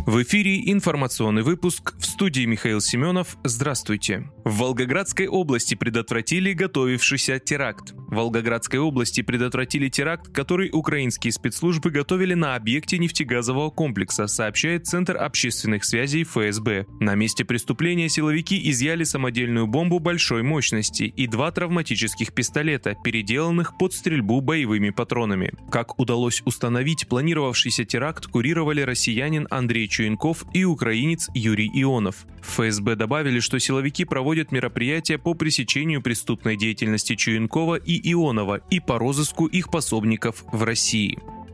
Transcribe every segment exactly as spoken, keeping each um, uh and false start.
В эфире информационный выпуск, в студии Михаил Семенов. Здравствуйте. В Волгоградской области предотвратили готовившийся теракт. В Волгоградской области предотвратили теракт, который украинские спецслужбы готовили на объекте нефтегазового комплекса, сообщает Центр общественных связей эф эс бэ. На месте преступления силовики изъяли самодельную бомбу большой мощности и два травматических пистолета, переделанных под стрельбу боевыми патронами. Как удалось установить, планировавшийся теракт курировали россиянин Андрей Чуенков и украинец Юрий Ионов. В эф эс бэ добавили, что силовики проводят мероприятия по пресечению преступной деятельности Чуенкова и Ионова и по розыску их пособников в России.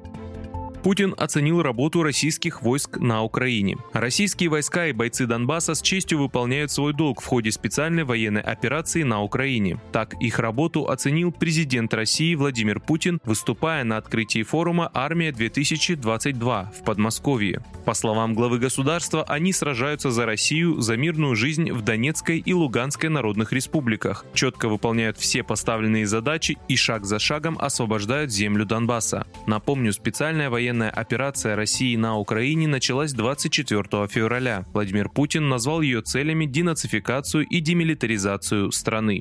Путин оценил работу российских войск на Украине. Российские войска и бойцы Донбасса с честью выполняют свой долг в ходе специальной военной операции на Украине. Так их работу оценил президент России Владимир Путин, выступая на открытии форума «Армия-две тысячи двадцать два» в Подмосковье. По словам главы государства, они сражаются за Россию, за мирную жизнь в Донецкой и Луганской народных республиках, четко выполняют все поставленные задачи и шаг за шагом освобождают землю Донбасса. Напомню, специальная военная операция России на Украине началась двадцать четвёртого февраля. Владимир Путин назвал ее целями денацификацию и демилитаризацию страны.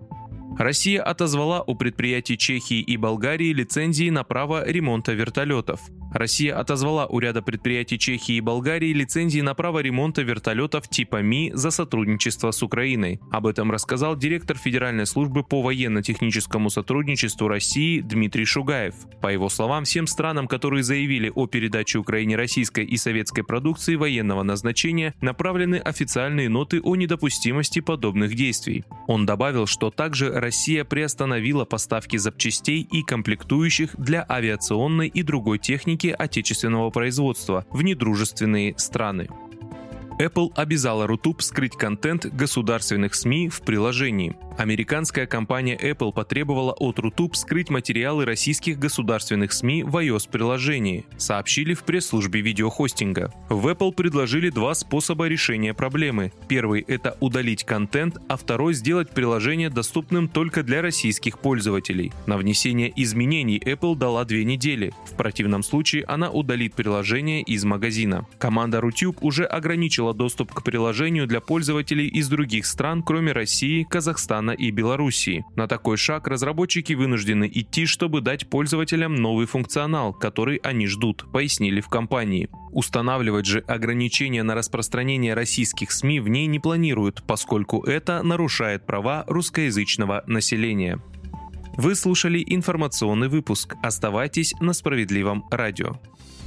Россия отозвала у предприятий Чехии и Болгарии лицензии на право ремонта вертолетов. Россия отозвала у ряда предприятий Чехии и Болгарии лицензии на право ремонта вертолетов типа Ми за сотрудничество с Украиной. Об этом рассказал директор Федеральной службы по военно-техническому сотрудничеству России Дмитрий Шугаев. По его словам, всем странам, которые заявили о передаче Украине российской и советской продукции военного назначения, направлены официальные ноты о недопустимости подобных действий. Он добавил, что также Россия приостановила поставки запчастей и комплектующих для авиационной и другой техники отечественного производства в недружественные страны. Apple обязала Рутуб скрыть контент государственных СМИ в приложении. Американская компания Apple потребовала от Рутуб скрыть материалы российских государственных СМИ в iOS-приложении, сообщили в пресс-службе видеохостинга. В Apple предложили два способа решения проблемы. Первый – это удалить контент, а второй – сделать приложение доступным только для российских пользователей. На внесение изменений Apple дала две недели. В противном случае она удалит приложение из магазина. Команда Рутуб уже ограничила доступ к приложению для пользователей из других стран, кроме России, Казахстана и Белоруссии. На такой шаг разработчики вынуждены идти, чтобы дать пользователям новый функционал, который они ждут, пояснили в компании. Устанавливать же ограничения на распространение российских СМИ в ней не планируют, поскольку это нарушает права русскоязычного населения. Вы слушали информационный выпуск. Оставайтесь на Справедливом радио.